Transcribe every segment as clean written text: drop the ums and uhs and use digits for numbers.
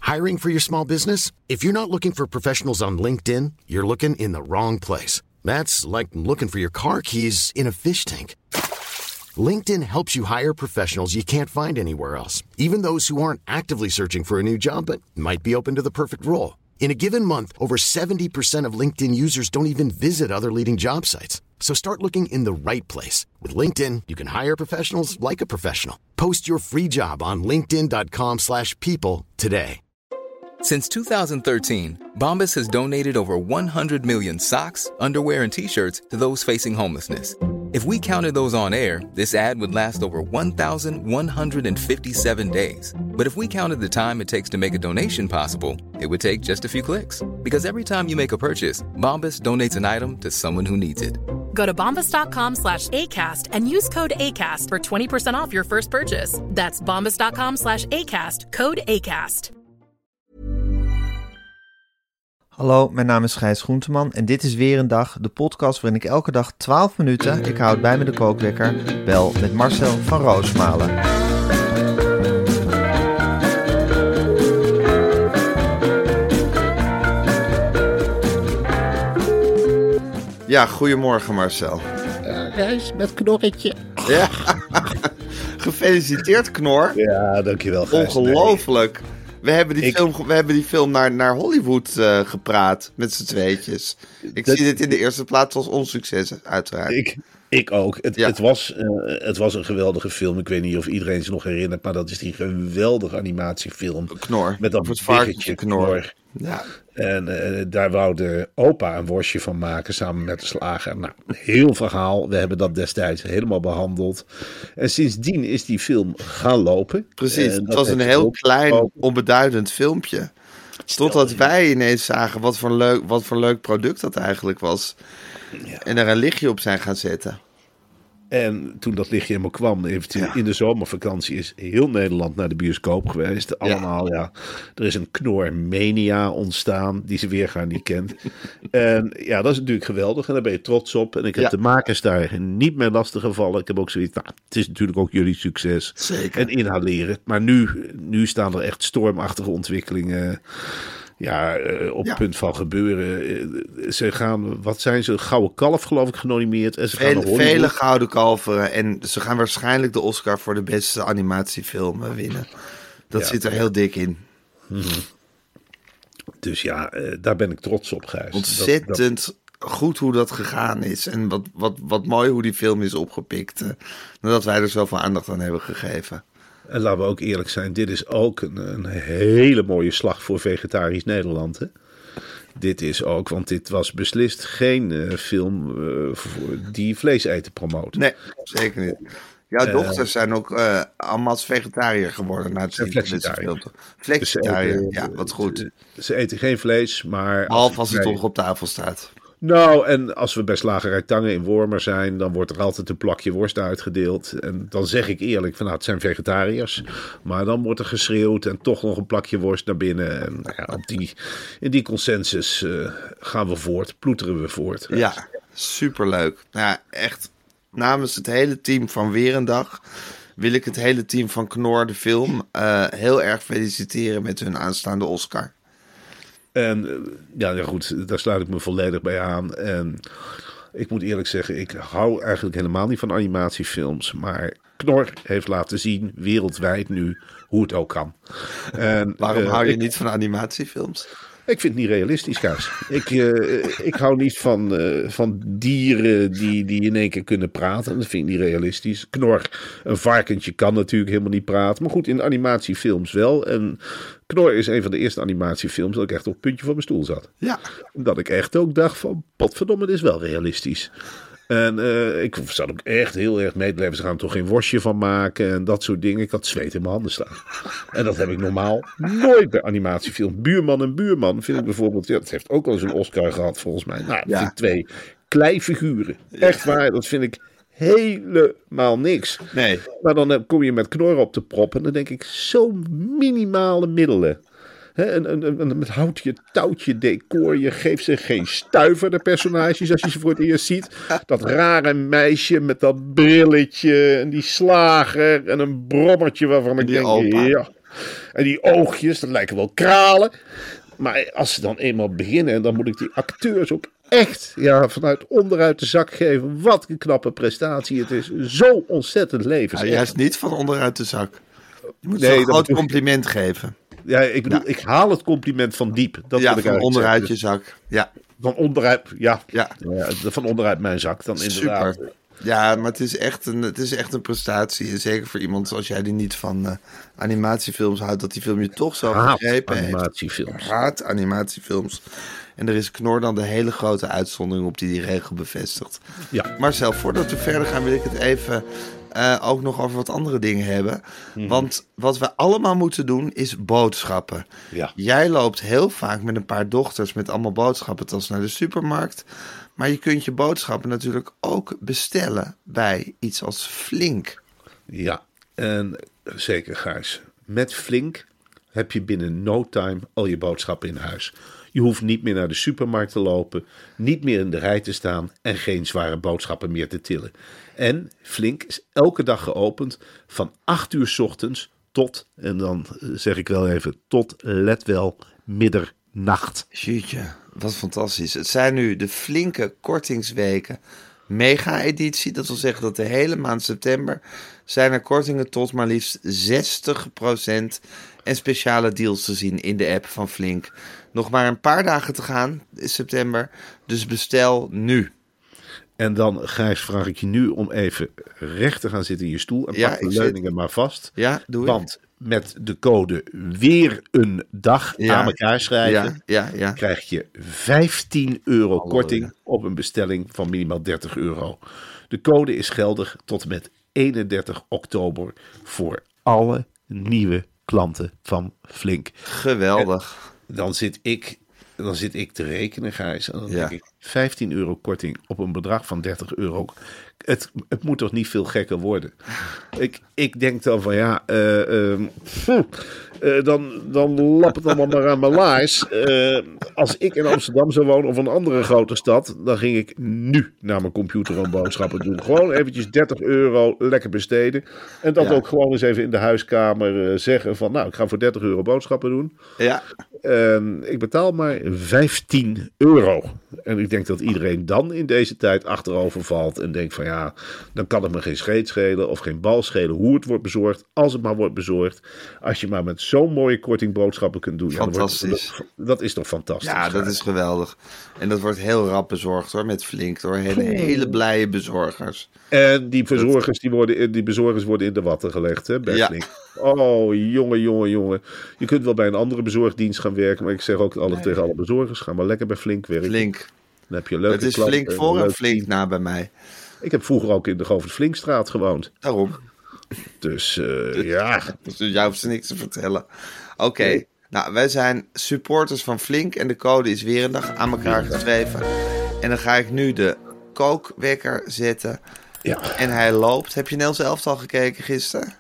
Hiring for your small business? If you're not looking for professionals on LinkedIn, you're looking in the wrong place. That's like looking for your car keys in a fish tank. LinkedIn helps you hire professionals you can't find anywhere else, even those who aren't actively searching for a new job but might be open to the perfect role. In a given month, over 70% of LinkedIn users don't even visit other leading job sites. So start looking in the right place. With LinkedIn, you can hire professionals like a professional. Post your free job on linkedin.com/people today. Since 2013, Bombas has donated over 100 million socks, underwear, and T-shirts to those facing homelessness. If we counted those on air, this ad would last over 1,157 days. But if we counted the time it takes to make a donation possible, it would take just a few clicks. Because every time you make a purchase, Bombas donates an item to someone who needs it. Go to bombas.com/ACAST and use code ACAST for 20% off your first purchase. That's bombas.com/ACAST, code ACAST. Hallo, mijn naam is Gijs Groenteman en dit is weer een dag, de podcast waarin ik elke dag 12 minuten, ik houd bij me de kookwekker, bel met Marcel van Roosmalen. Ja, goedemorgen Marcel. Gijs, met knorretje. Ja, gefeliciteerd Knor. Ja, dankjewel Gijs. Ongelooflijk. We hebben die film naar Hollywood gepraat, met z'n tweetjes. Zie dit in de eerste plaats als onsucces, uiteraard. Ik ook. Het was een geweldige film. Ik weet niet of iedereen zich nog herinnert, maar dat is die geweldige animatiefilm. Knor. Met dat het varkentje Knor. Ja. En daar wou de opa een worstje van maken samen met de slager. Nou, heel verhaal. We hebben dat destijds helemaal behandeld. En sindsdien is die film gaan lopen. Precies, het was een heel klein, onbeduidend filmpje. Totdat wij ineens zagen wat voor leuk product dat eigenlijk was. Ja. En er een lichtje op zijn gaan zetten. En toen dat lichtje helemaal kwam, in de zomervakantie is heel Nederland naar de bioscoop geweest. Allemaal, er is een Knormania ontstaan die ze weer gaan niet kent. En ja, dat is natuurlijk geweldig en daar ben je trots op. En ik heb de makers daar niet meer lastig gevallen. Ik heb ook zoiets, het is natuurlijk ook jullie succes. Zeker. En inhaleren. Maar nu staan er echt stormachtige ontwikkelingen. Op het punt van gebeuren. Ze gaan, Gouden Kalf geloof ik genomineerd. En vele Gouden Kalveren. En ze gaan waarschijnlijk de Oscar voor de beste animatiefilm winnen. Dat zit er heel dik in. Mm-hmm. Dus daar ben ik trots op, Gijs. Ontzettend goed hoe dat gegaan is. En wat mooi hoe die film is opgepikt. Nadat wij er zoveel aandacht aan hebben gegeven. En laten we ook eerlijk zijn, dit is ook een hele mooie slag voor vegetarisch Nederland. Hè? Dit is ook, want dit was beslist geen film die vlees eten promoot. Nee, zeker niet. Jouw dochters zijn ook allemaal vegetariër geworden na het zien van deze film. Flexitariër, wat goed. Ze eten geen vlees, maar... Behalve als het toch op tafel staat. Nou, en als we bij Slagerij Tange in Wormer zijn, dan wordt er altijd een plakje worst uitgedeeld. En dan zeg ik eerlijk, het zijn vegetariërs. Maar dan wordt er geschreeuwd en toch nog een plakje worst naar binnen. En in die consensus gaan we voort, ploeteren we voort. Ja, superleuk. Ja, echt, namens het hele team van Weer een Dag wil ik het hele team van Knor, de film, heel erg feliciteren met hun aanstaande Oscar. En goed, daar sluit ik me volledig bij aan. En ik moet eerlijk zeggen, ik hou eigenlijk helemaal niet van animatiefilms. Maar Knor heeft laten zien, wereldwijd nu, hoe het ook kan. En, waarom hou je niet van animatiefilms? Ik vind het niet realistisch, Kaas. Ik hou niet van dieren die in één keer kunnen praten. Dat vind ik niet realistisch. Knor, een varkentje kan natuurlijk helemaal niet praten. Maar goed, in animatiefilms wel. En Knor is een van de eerste animatiefilms dat ik echt op het puntje van mijn stoel zat. Ja. Dat ik echt ook dacht van, potverdomme, dit is wel realistisch. En ik zat ook echt heel erg medeleven. Ze gaan er toch geen worstje van maken en dat soort dingen. Ik had zweet in mijn handen staan. En dat heb ik normaal nooit bij animatiefilm. Buurman en Buurman vind ik bijvoorbeeld... Ja, dat heeft ook al eens een Oscar gehad volgens mij. Nou, dat vind ik 2 kleifiguren. Echt waar, dat vind ik helemaal niks. Nee. Maar dan kom je met Knor op de prop en dan denk ik, zo minimale middelen. Met houtje, touwtje, decor. Je geeft ze geen stuiver, de personages, als je ze voor het eerst ziet. Dat rare meisje met dat brilletje en die slager en een brommertje waarvan ik denk, ja. En die oogjes, dat lijken wel kralen. Maar als ze dan eenmaal beginnen, dan moet ik die acteurs ook echt vanuit onderuit de zak geven. Wat een knappe prestatie. Het is zo ontzettend levensecht. Juist niet van onderuit de zak. Je moet Nee, zo'n dat groot bedoel ik. compliment geven. Ja, ik bedoel, ik haal het compliment van diep. Dat wil ik Van eigenlijk onderuit zeggen. je zak. Ja, Van onderuit, Ja. van onderuit mijn zak dan inderdaad. super. Ja, maar het is echt een prestatie. En zeker voor iemand zoals jij die niet van animatiefilms houdt, dat die film je toch zo Haat gegrepen heeft. animatiefilms. Haat animatiefilms. En er is Knor dan de hele grote uitzondering op die regel bevestigt. Ja. Marcel, voordat we verder gaan wil ik het even ook nog over wat andere dingen hebben. Want wat we allemaal moeten doen is boodschappen. Ja. Jij loopt heel vaak met een paar dochters met allemaal boodschappentassen naar de supermarkt. Maar je kunt je boodschappen natuurlijk ook bestellen bij iets als Flink. Ja, en zeker Gijs. Met Flink heb je binnen no time al je boodschappen in huis. Je hoeft niet meer naar de supermarkt te lopen, niet meer in de rij te staan en geen zware boodschappen meer te tillen. En Flink is elke dag geopend van 8 uur 's ochtends tot, en dan zeg ik wel even, tot, let wel, middernacht. Jeetje, wat fantastisch. Het zijn nu de flinke kortingsweken mega-editie. Dat wil zeggen dat de hele maand september zijn er kortingen tot maar liefst 60% en speciale deals te zien in de app van Flink. Nog maar een paar dagen te gaan in september, dus bestel nu. En dan, Gijs, vraag ik je nu om even recht te gaan zitten in je stoel en Ja, pak de ik zit. leuningen maar vast. Ja, doe ik. Want met de code weer een dag Ja. aan elkaar schrijven, Ja. krijg je €15 korting op een bestelling van minimaal €30. De code is geldig tot en met 31 oktober voor alle nieuwe klanten van Flink. Geweldig. Dan zit ik te rekenen, Gijs. En dan Ja. denk ik, €15 korting op een bedrag van €30. Het moet toch niet veel gekker worden. Ik denk dan van dan lap het allemaal maar aan mijn laars. Als ik in Amsterdam zou wonen of een andere grote stad, dan ging ik nu naar mijn computer om boodschappen doen. Gewoon eventjes €30 lekker besteden. En dat Ja. ook gewoon eens even in de huiskamer zeggen van, nou, ik ga voor €30 boodschappen doen. Ja, Ik betaal maar €15. En ik denk dat iedereen dan in deze tijd achterover valt en denkt van dan kan het me geen scheet schelen of geen bal schelen hoe het wordt bezorgd, als het maar wordt bezorgd. Als je maar met zo'n mooie korting boodschappen kunt doen. Fantastisch. Dat is toch fantastisch. ja, dat is geweldig. En dat wordt heel rap bezorgd hoor, met Flink door hele blije bezorgers. En die bezorgers worden in de watten gelegd, hè, bij Ja. Flink. Oh, jongen. Je kunt wel bij een andere bezorgdienst gaan werken, maar ik zeg ook altijd tegen alle bezorgers, ga maar lekker bij Flink werken. Flink. Dan heb je leuke Het is klanten, Flink voor en leuk Flink team. na bij mij. Ik heb vroeger ook in de Govert Flinkstraat gewoond. Daarom. Dus ja. Dus jij hoeft ze niks te vertellen. Oké. Nou, wij zijn supporters van Flink en de code is weer een dag aan elkaar geschreven. En dan ga ik nu de kookwekker zetten. Ja. En hij loopt. Heb je Nederlands elftal gekeken gisteren?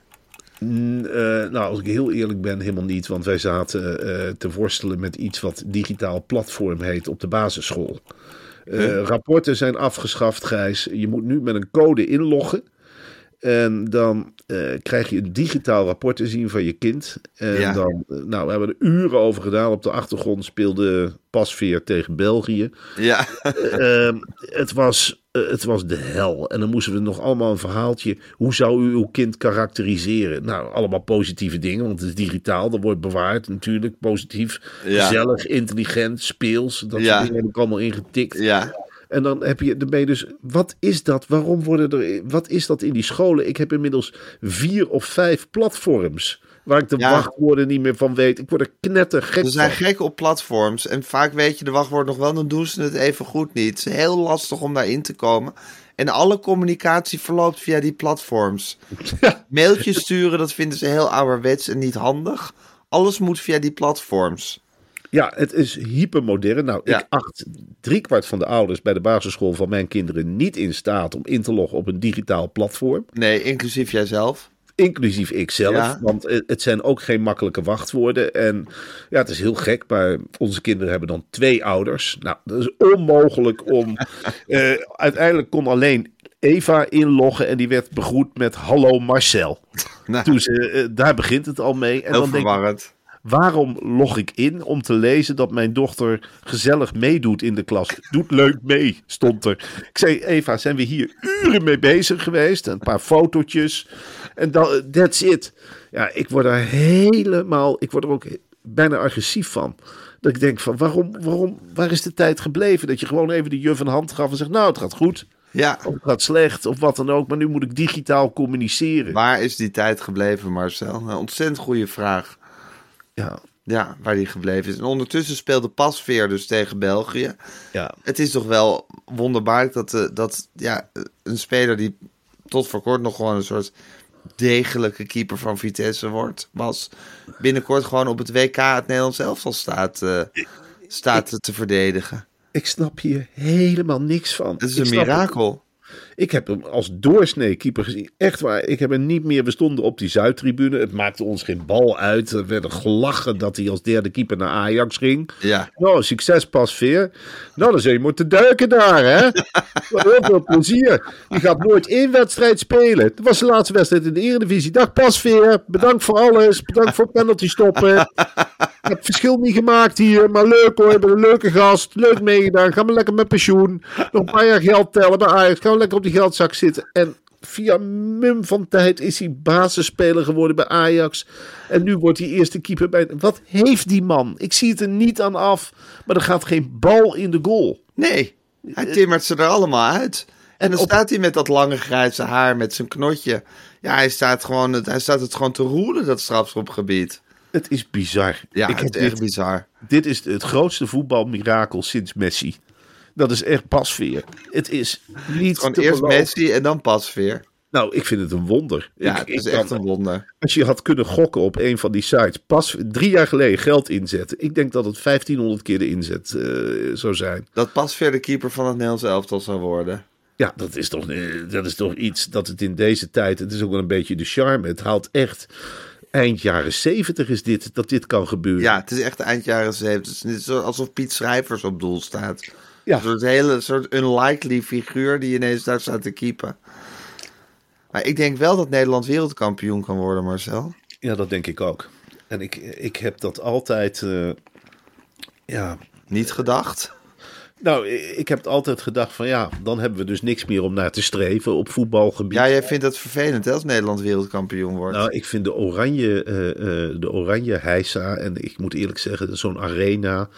Nou, als ik heel eerlijk ben, helemaal niet. Want wij zaten te worstelen met iets wat digitaal platform heet op de basisschool. Rapporten zijn afgeschaft, Gijs. Je moet nu met een code inloggen. En dan krijg je een digitaal rapport te zien van je kind. En Ja. dan, we hebben er uren over gedaan. Op de achtergrond speelde Pasveer tegen België. Ja. Het was de hel. En dan moesten we nog allemaal een verhaaltje. Hoe zou u uw kind karakteriseren? Nou, allemaal positieve dingen, want het is digitaal. Dat wordt bewaard natuurlijk. Positief, Ja. gezellig, intelligent, speels. Dat Ja. soort dingen heb ik allemaal ingetikt. Ja. En dan ben je dus, wat is dat? Wat is dat in die scholen? Ik heb inmiddels 4 of 5 platforms waar ik de Ja. wachtwoorden niet meer van weet. Ik word er knettergek Ze zijn van. gek op platforms. En vaak weet je de wachtwoord nog wel, dan doen ze het even goed niet. Het is heel lastig om daarin te komen. En alle communicatie verloopt via die platforms. Mailtjes sturen, dat vinden ze heel ouderwets en niet handig. Alles moet via die platforms. Ja, het is hypermodern. Nou, Ja. ik acht 3/4 van de ouders bij de basisschool van mijn kinderen niet in staat om in te loggen op een digitaal platform. Nee, inclusief jijzelf. Inclusief ikzelf, Ja. want het zijn ook geen makkelijke wachtwoorden. En ja, het is heel gek, maar onze kinderen hebben dan 2 ouders. Nou, dat is onmogelijk om... uiteindelijk kon alleen Eva inloggen en die werd begroet met hallo Marcel. Nou, Toen daar begint het al mee. En heel dan denk ik, verwarrend. waarom log ik in om te lezen dat mijn dochter gezellig meedoet in de klas? Doet leuk mee, stond er. Ik zei, Eva, zijn we hier uren mee bezig geweest? Een paar fotootjes. En that's it. Ja, ik word er ook bijna agressief van. Dat ik denk van, waar is de tijd gebleven? Dat je gewoon even de juf een hand gaf en zegt, nou, het gaat goed. Ja, Of het gaat slecht, of wat dan ook. Maar nu moet ik digitaal communiceren. waar is die tijd gebleven, Marcel? Een ontzettend goede vraag. Ja, Ja, waar die gebleven is. En ondertussen speelde Pasveer dus tegen België. ja. Het is toch wel wonderbaarlijk dat een speler die tot voor kort nog gewoon een soort degelijke keeper van Vitesse was, binnenkort gewoon op het WK het Nederlands elftal staat te verdedigen. Ik snap hier helemaal niks van. Het is Ik een snap mirakel. Ik heb hem als doorsnee keeper gezien. Echt waar. Ik heb hem niet meer. We stonden op die Zuidtribune. Het maakte ons geen bal uit. Er werd gelachen dat hij als derde keeper naar Ajax ging. Ja. Nou, succes Pasveer. Nou, dan zul je moeten duiken daar, hè? Heel veel plezier. Je gaat nooit één wedstrijd spelen. Dat was de laatste wedstrijd in de Eredivisie. Dag Pasveer. Bedankt voor alles. Bedankt voor penalty stoppen. Ik heb het verschil niet gemaakt hier. Maar leuk hoor. Je bent een leuke gast. Leuk meegedaan. Ga maar lekker met pensioen. Nog een paar jaar geld tellen bij Ajax. Ga maar lekker op die geldzak zitten. En via mum van tijd is hij basisspeler geworden bij Ajax. En nu wordt hij eerste keeper bij... Wat heeft die man? Ik zie het er niet aan af. Maar er gaat geen bal in de goal. Nee, hij timmert ze er allemaal uit. En dan staat hij met dat lange grijze haar, met zijn knotje. Ja, hij staat het gewoon te roeren, dat strafschopgebied. Het is bizar. Ja, Ik het heb is echt bizar. Dit is het grootste voetbalmirakel sinds Messi. Dat is echt Pasveer. Het is niet Gewoon te eerst geloven. Messi en dan Pasveer. Nou, ik vind het een wonder. Ja, het is echt een wonder. Als je had kunnen gokken op een van die sites, 3 jaar geleden geld inzetten. Ik denk dat het 1500 keer de inzet zou zijn. Dat Pasveer de keeper van het Nederlands elftal zou worden. Ja, dat is toch iets dat het in deze tijd, het is ook wel een beetje de charme. Het haalt echt, eind jaren 70 is dat dit kan gebeuren. Ja, het is echt eind jaren 70. Het is niet zo alsof Piet Schrijvers op doel staat. Ja. Een soort unlikely figuur die ineens daar staat te keepen. Maar ik denk wel dat Nederland wereldkampioen kan worden, Marcel. Ja, dat denk ik ook. En ik heb dat altijd, Niet gedacht. Nou, ik heb het altijd gedacht van ja, dan hebben we dus niks meer om naar te streven op voetbalgebied. Ja, jij vindt het vervelend hè, als Nederland wereldkampioen wordt. Nou, ik vind de oranje heisa, en ik moet eerlijk zeggen, zo'n arena,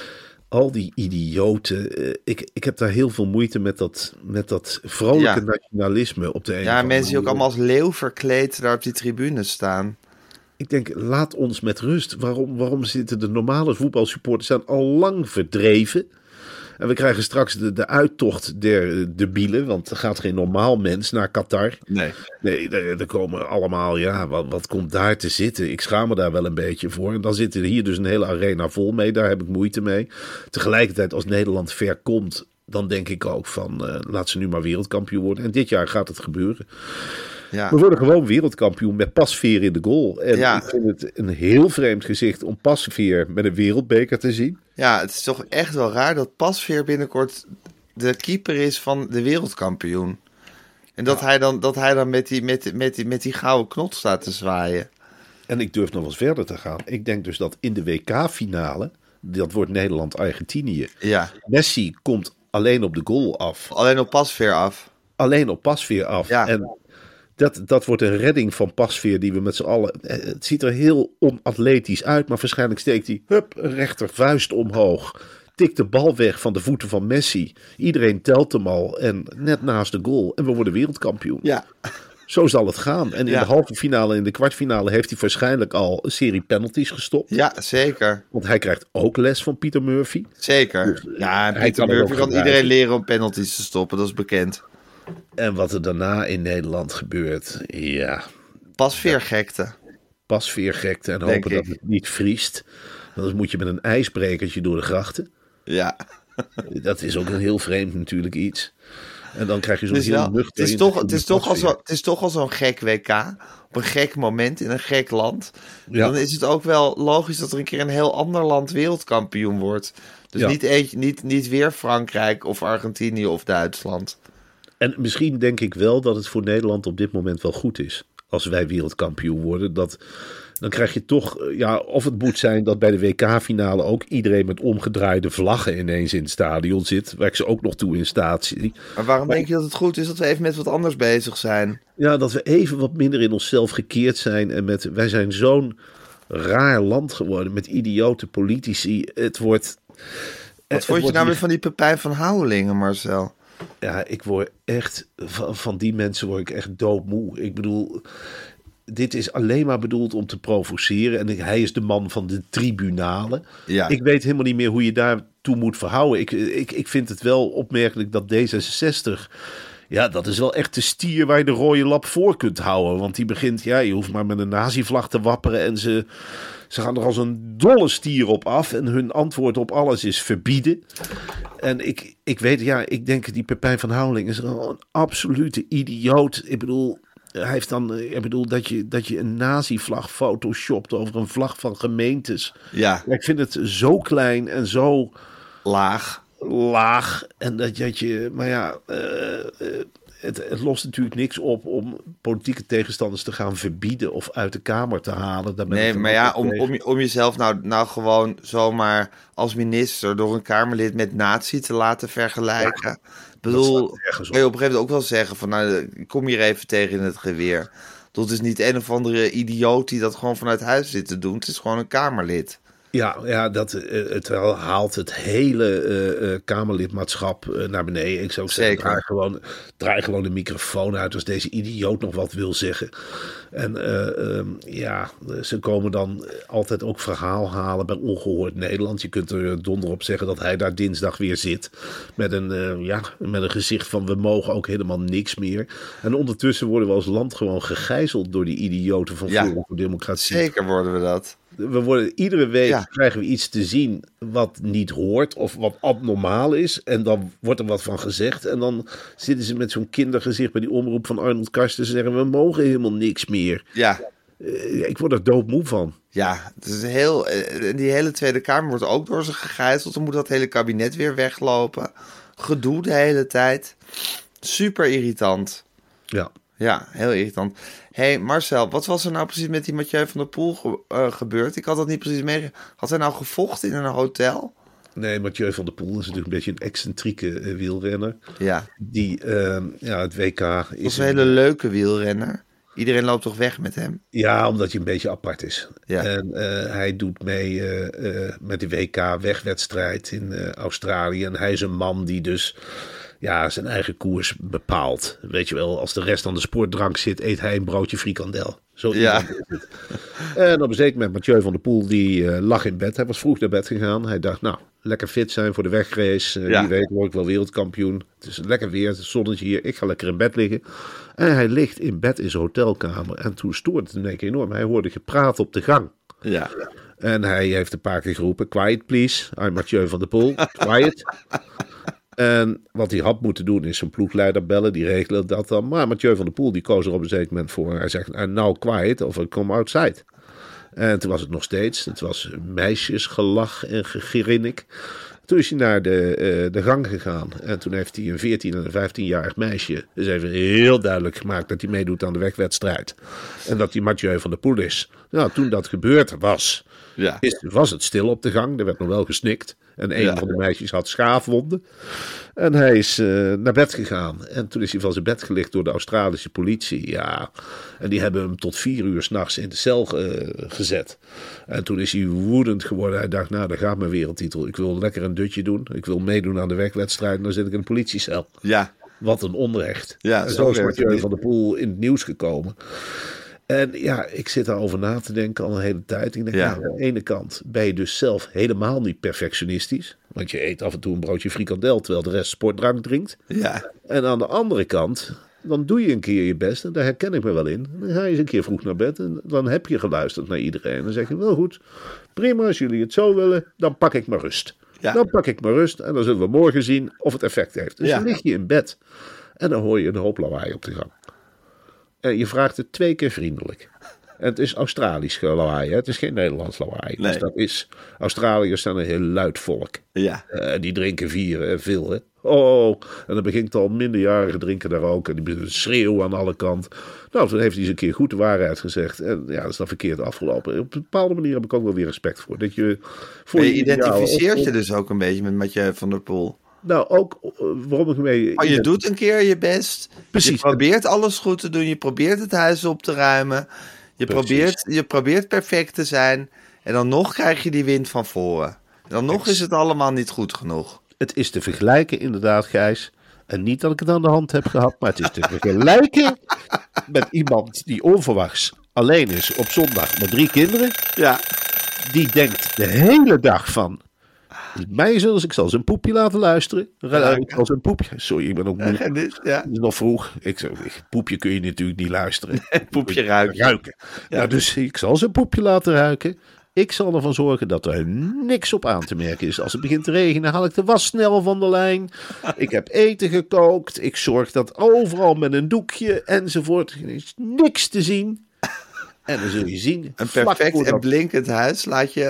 al die idioten. Ik heb daar heel veel moeite met dat vrolijke nationalisme op de een of andere Mensen die ook manier. allemaal als leeuw verkleed daar op die tribunes staan. Ik denk, laat ons met rust. Waarom zitten de normale voetbalsupporters zijn al lang verdreven? En we krijgen straks de uittocht der debielen, want er gaat geen normaal mens naar Qatar. Nee, er komen allemaal, wat komt daar te zitten? Ik schaam me daar wel een beetje voor. En dan zit er hier dus een hele arena vol mee, daar heb ik moeite mee. Tegelijkertijd, als Nederland ver komt, dan denk ik ook van, laat ze nu maar wereldkampioen worden. En dit jaar gaat het gebeuren. Ja. We worden gewoon wereldkampioen met Pasveer in de goal. En ik vind het een heel vreemd gezicht om Pasveer met een wereldbeker te zien. Ja, het is toch echt wel raar dat Pasveer binnenkort de keeper is van de wereldkampioen. En dat hij dan met die gouden knot staat te zwaaien. En ik durf nog wel eens verder te gaan. Ik denk dus dat in de WK-finale, dat wordt Nederland-Argentinië. Ja. Messi komt alleen op de goal af. Alleen op Pasveer af. Alleen op Pasveer af. Ja. En dat wordt een redding van Pasveer die we met z'n allen... Het ziet er heel onatletisch uit, maar waarschijnlijk steekt hij een rechtervuist omhoog. Tikt de bal weg van de voeten van Messi. Iedereen telt hem al en net naast de goal. En we worden wereldkampioen. Ja. Zo zal het gaan. En in de halve finale en in de kwartfinale heeft hij waarschijnlijk al een serie penalties gestopt. Ja, zeker. Want hij krijgt ook les van Pieter Murphy. Zeker. Ja, en Hij Pieter kan er Murphy ook kan gebruiken. iedereen leren om penalties te stoppen, dat is bekend. En wat er daarna in Nederland gebeurt, ja, Pasveergekte. Pasveergekte en Denk hopen dat ik. het niet vriest. Anders moet je met een ijsbrekertje door de grachten. Ja. Dat is ook een heel vreemd natuurlijk iets. En dan krijg je zo'n Dus heel wel, nuchter... het is toch al zo'n gek WK. Op een gek moment in een gek land. Ja. Dan is het ook wel logisch dat er een keer een heel ander land wereldkampioen wordt. Dus Ja. niet weer Frankrijk of Argentinië of Duitsland. En misschien denk ik wel dat het voor Nederland op dit moment wel goed is. Als wij wereldkampioen worden. Dan krijg je toch, of het moet zijn dat bij de WK-finale ook iedereen met omgedraaide vlaggen ineens in het stadion zit. Waar ik ze ook nog toe in staat zie. Maar waarom denk je dat het goed is dat we even met wat anders bezig zijn? Ja, dat we even wat minder in onszelf gekeerd zijn. En wij zijn zo'n raar land geworden met idiote politici. Het wordt... Wat vond je nou weer van die Pepijn van Houwelingen, Marcel? Ja, ik word echt... Van die mensen word ik echt doodmoe. Ik bedoel... Dit is alleen maar bedoeld om te provoceren. En hij is de man van de tribunalen. Ja. Ik weet helemaal niet meer hoe je daartoe moet verhouden. Ik vind het wel opmerkelijk dat D66... Ja, dat is wel echt de stier waar je de rode lap voor kunt houden. Want die begint... Ja, je hoeft maar met een nazi-vlag te wapperen. En ze gaan er als een dolle stier op af. En hun antwoord op alles is verbieden. En ik denk die Pepijn van Houweling is een absolute idioot. Ik bedoel... Hij heeft dan, dat je een nazi-vlag photoshopt over een vlag van gemeentes. Ja. Ik vind het zo klein en zo laag. En dat je, maar ja, het lost natuurlijk niks op om politieke tegenstanders te gaan verbieden of uit de Kamer te halen. Nee, maar ja, om jezelf nou gewoon zomaar als minister door een Kamerlid met nazi te laten vergelijken. Ja. Ik bedoel, kun je op een gegeven moment ook wel zeggen van, nou, ik kom hier even tegen in het geweer. Dat is niet een of andere idioot die dat gewoon vanuit huis zit te doen. Het is gewoon een Kamerlid. Ja, het haalt het hele Kamerlidmaatschap naar beneden. Ik zou zeggen, draai gewoon de microfoon uit als deze idioot nog wat wil zeggen. En ze komen dan altijd ook verhaal halen bij Ongehoord Nederland. Je kunt er donder op zeggen dat hij daar dinsdag weer zit. Met een gezicht van we mogen ook helemaal niks meer. En ondertussen worden we als land gewoon gegijzeld door die idioten van Forum voor Democratie. Zeker worden we dat. We worden iedere week krijgen we iets te zien wat niet hoort of wat abnormaal is. En dan wordt er wat van gezegd. En dan zitten ze met zo'n kindergezicht bij die omroep van Arnold Karsten en zeggen we mogen helemaal niks meer. Ja. Ik word er doodmoe van. Ja, het is die hele Tweede Kamer wordt ook door ze gegijzeld. Dan moet dat hele kabinet weer weglopen. Gedoe de hele tijd. Super irritant. Ja. Ja, heel irritant. Hey Marcel, wat was er nou precies met die Mathieu van der Poel gebeurd? Ik had dat niet precies mee. Had hij nou gevochten in een hotel? Nee, Mathieu van der Poel is natuurlijk een beetje een excentrieke wielrenner. Ja. Die, het WK is een hele leuke wielrenner. Iedereen loopt toch weg met hem? Ja, omdat hij een beetje apart is. Ja. En hij doet mee met de WK-wegwedstrijd in Australië. En hij is een man die dus... zijn eigen koers bepaalt. Weet je wel, als de rest aan de sportdrank zit, eet hij een broodje frikandel. Zo is het. En op een zeker moment, Mathieu van der Poel, die lag in bed. Hij was vroeg naar bed gegaan. Hij dacht, nou, lekker fit zijn voor de wegrace. Wie weet word ik wel wereldkampioen. Het is lekker weer, het zonnetje hier. Ik ga lekker in bed liggen. En hij ligt in bed in zijn hotelkamer. En toen stoorde het hem een keer enorm. Hij hoorde gepraat op de gang. Ja. En hij heeft een paar keer geroepen, quiet please. I'm Mathieu van der Poel, quiet. En wat hij had moeten doen is zijn ploegleider bellen. Die regelen dat dan. Maar Mathieu van der Poel die koos er op een zeker moment voor. Hij zegt, now quiet of I come outside. En toen was het nog steeds. Het was meisjesgelach en gegrinnik. Toen is hij naar de gang gegaan. En toen heeft hij een 14 en een 15-jarig meisje dus even heel duidelijk gemaakt dat hij meedoet aan de wegwedstrijd. En dat hij Mathieu van der Poel is. Nou, toen dat gebeurd was, was het stil op de gang. Er werd nog wel gesnikt. En een van de meisjes had schaafwonden. En hij is naar bed gegaan. En toen is hij van zijn bed gelicht door de Australische politie. Ja, en die hebben hem tot 4 uur 's nachts in de cel gezet. En toen is hij woedend geworden. Hij dacht, nou, daar gaat mijn wereldtitel. Ik wil lekker een dutje doen. Ik wil meedoen aan de wegwedstrijd. En dan zit ik in een politiecel. Ja. Wat een onrecht. Ja, en zo is Mathieu van der Poel in het nieuws gekomen. En ja, ik zit daarover na te denken al een hele tijd. Ik denk, aan de ene kant ben je dus zelf helemaal niet perfectionistisch. Want je eet af en toe een broodje frikandel terwijl de rest sportdrank drinkt. Ja. En aan de andere kant, dan doe je een keer je best. En daar herken ik me wel in. Dan ga je eens een keer vroeg naar bed. En dan heb je geluisterd naar iedereen. En dan zeg je, wel goed, prima, als jullie het zo willen, dan pak ik maar rust. Ja. Dan pak ik maar rust en dan zullen we morgen zien of het effect heeft. Dus dan lig je in bed en dan hoor je een hoop lawaai op de gang. En je vraagt het 2 keer vriendelijk. En het is Australisch lawaai, hè? Het is geen Nederlands lawaai. Nee. Dus dat is... Australiërs zijn een heel luid volk. Ja. Die drinken veel, hè? Oh, en dan begint al minderjarigen drinken daar ook. En die beginnen te schreeuwen aan alle kanten. Nou, toen heeft hij eens een keer goed de waarheid gezegd. En ja, dat is dan verkeerd afgelopen. Op een bepaalde manier heb ik ook wel weer respect voor. Dat je voor je identificeert je dus ook een beetje met Mathieu van der Poel. Nou, ook waarom ik mee... Je doet een keer je best. Precies. Je probeert alles goed te doen. Je probeert het huis op te ruimen. Je probeert perfect te zijn. En dan nog krijg je die wind van voren. En dan nog is het allemaal niet goed genoeg. Het is te vergelijken inderdaad, Gijs. En niet dat ik het aan de hand heb gehad, maar het is te vergelijken met iemand die onverwachts alleen is op zondag met 3 kinderen. Ja. Die denkt de hele dag van... Mij zullen ik zal zijn poepje laten luisteren. Ik zal zijn poepje... Sorry, ik ben ook moe. Ja. Het is nog vroeg. Poepje kun je natuurlijk niet luisteren. Poepje ruiken. Ja. Nou, dus ik zal zijn poepje laten ruiken. Ik zal ervan zorgen dat er niks op aan te merken is. Als het begint te regenen, haal ik de was snel van de lijn. Ik heb eten gekookt. Ik zorg dat overal met een doekje enzovoort. Er is niks te zien. En dan zul je zien... Een perfect en blinkend huis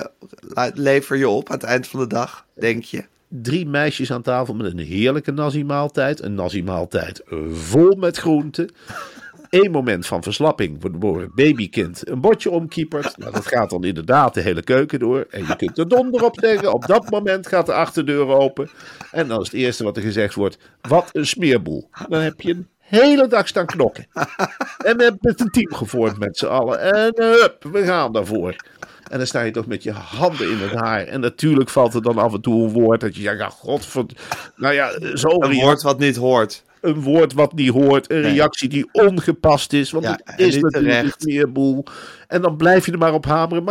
lever je op aan het eind van de dag, denk je. 3 meisjes aan tafel met een heerlijke nasi-maaltijd. Een nasi-maaltijd vol met groenten. 1 moment van verslapping, waardoor het babykind een bordje omkiepert. Nou, dat gaat dan inderdaad de hele keuken door. En je kunt er donder op zeggen. Op dat moment gaat de achterdeur open. En dan is het eerste wat er gezegd wordt... Wat een smeerboel. Dan heb je een hele dag staan knokken. En we hebben met een team gevormd met z'n allen. En hup, we gaan daarvoor. En dan sta je toch met je handen in het haar. En natuurlijk valt er dan af en toe een woord dat je zegt... Ja, godverd... Nou ja, een woord wat niet hoort. Een woord wat niet hoort. Een reactie die ongepast is. Want het is natuurlijk een smeerboel. En dan blijf je er maar op hameren.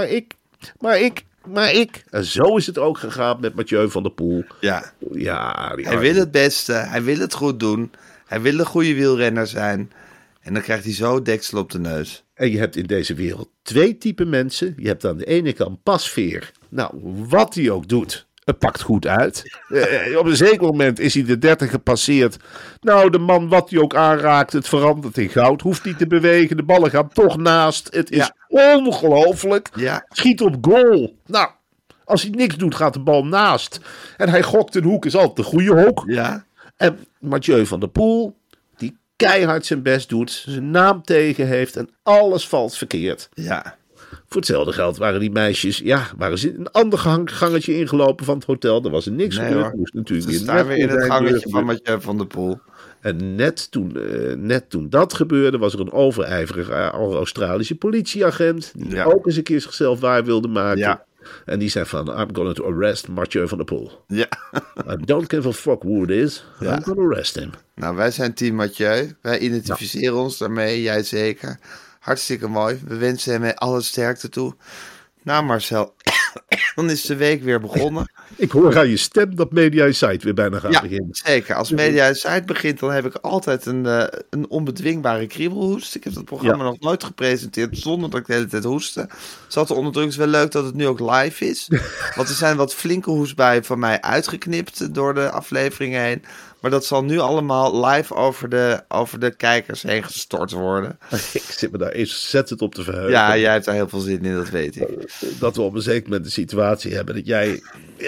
Maar ik. En zo is het ook gegaan met Mathieu van der Poel. Ja. Hij wil het beste. Hij wil het goed doen. Hij wil een goede wielrenner zijn. En dan krijgt hij zo deksel op de neus. En je hebt in deze wereld 2 typen mensen. Je hebt aan de ene kant Pasveer. Nou, wat hij ook doet, het pakt goed uit. Op een zeker moment is hij de 30 gepasseerd. Nou, de man wat hij ook aanraakt, het verandert in goud. Hoeft niet te bewegen, de ballen gaan toch naast. Het is ongelooflijk. Ja. Schiet op goal. Nou, als hij niks doet, gaat de bal naast. En hij gokt een hoek, is altijd de goede hoek. Ja. En Mathieu van der Poel, die keihard zijn best doet, zijn naam tegen heeft en alles valt verkeerd. Ja. Voor hetzelfde geld waren die meisjes, waren ze een ander gangetje ingelopen van het hotel. Er was er niks gebeurd. Moest natuurlijk ze staan weer in het gangetje van Mathieu van der Poel. En net toen dat gebeurde, was er een overijverige Australische politieagent, die ook eens een keer zichzelf waar wilde maken. Ja. En die zei van, I'm going to arrest Mathieu van der Poel. Ja. I don't give a fuck who it is. I'm going to arrest him. Nou, wij zijn team Mathieu. Wij identificeren ons daarmee, jij zeker. Hartstikke mooi. We wensen hem alle sterkte toe. Nou Marcel, dan is de week weer begonnen. Ik hoor aan je stem dat Media Insight weer bijna gaat beginnen. Zeker. Als Media Insight begint, dan heb ik altijd een onbedwingbare kriebelhoest. Ik heb dat programma nog nooit gepresenteerd zonder dat ik de hele tijd hoestte. Zat er onderdrukt. Het is wel leuk dat het nu ook live is. Want er zijn wat flinke hoestbuien van mij uitgeknipt door de afleveringen heen. Maar dat zal nu allemaal live over de kijkers heen gestort worden. Ik zit me daar ontzettend op te verheugen. Ja, jij hebt daar heel veel zin in, dat weet ik. Dat we op een zeker moment de situatie hebben dat jij...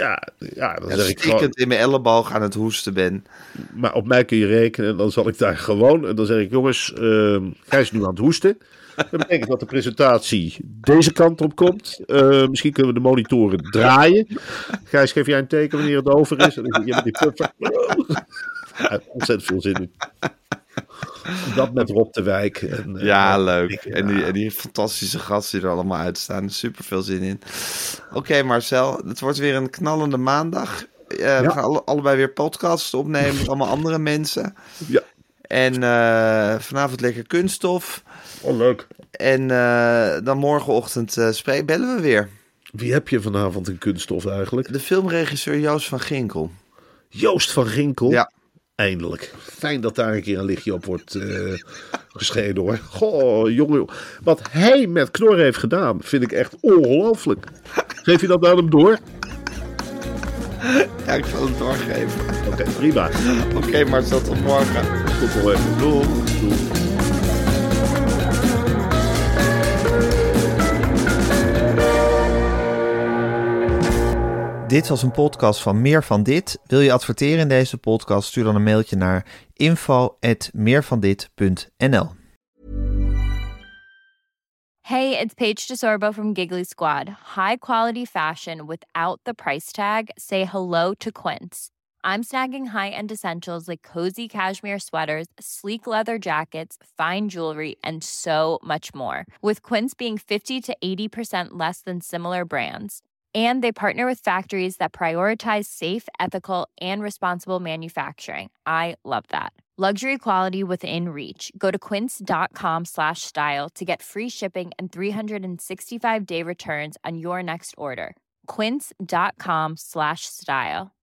dan zeg ik gewoon... in mijn elleboog aan het hoesten ben. Maar op mij kun je rekenen, dan zal ik daar gewoon... En dan zeg ik, jongens, Gijs is nu aan het hoesten. Dat betekent dat de presentatie deze kant op komt. Misschien kunnen we de monitoren draaien. Gijs, geef jij een teken wanneer het over is? En dan je die puff. Ontzettend veel zin in. Dat met Rob de Wijk. En, leuk. En die fantastische gasten die er allemaal uitstaan. Super veel zin in. Oké, Marcel. Het wordt weer een knallende maandag. We gaan allebei weer podcasts opnemen met allemaal andere mensen. Ja. En vanavond lekker kunststof. Oh, leuk. En dan morgenochtend bellen we weer. Wie heb je vanavond in kunststof eigenlijk? De filmregisseur Joost van Ginkel. Joost van Ginkel? Ja. Eindelijk. Fijn dat daar een keer een lichtje op wordt geschenen hoor. Goh, jongen. Wat hij met Knor heeft gedaan, vind ik echt ongelooflijk. Geef je dat aan hem door? Ja, ik zal het doorgeven. Oké, prima. Oké, Marcel, tot morgen. Tot morgen. Doei. Doei. Dit was een podcast van Meer van Dit. Wil je adverteren in deze podcast? Stuur dan een mailtje naar info@meervandit.nl. Hey, it's Paige DeSorbo from Giggly Squad. High quality fashion without the price tag. Say hello to Quince. I'm snagging high-end essentials like cozy cashmere sweaters, sleek leather jackets, fine jewelry, and so much more. With Quince being 50 to 80% less than similar brands. And they partner with factories that prioritize safe, ethical, and responsible manufacturing. I love that. Luxury quality within reach. Go to quince.com/style to get free shipping and 365-day returns on your next order. Quince.com/style.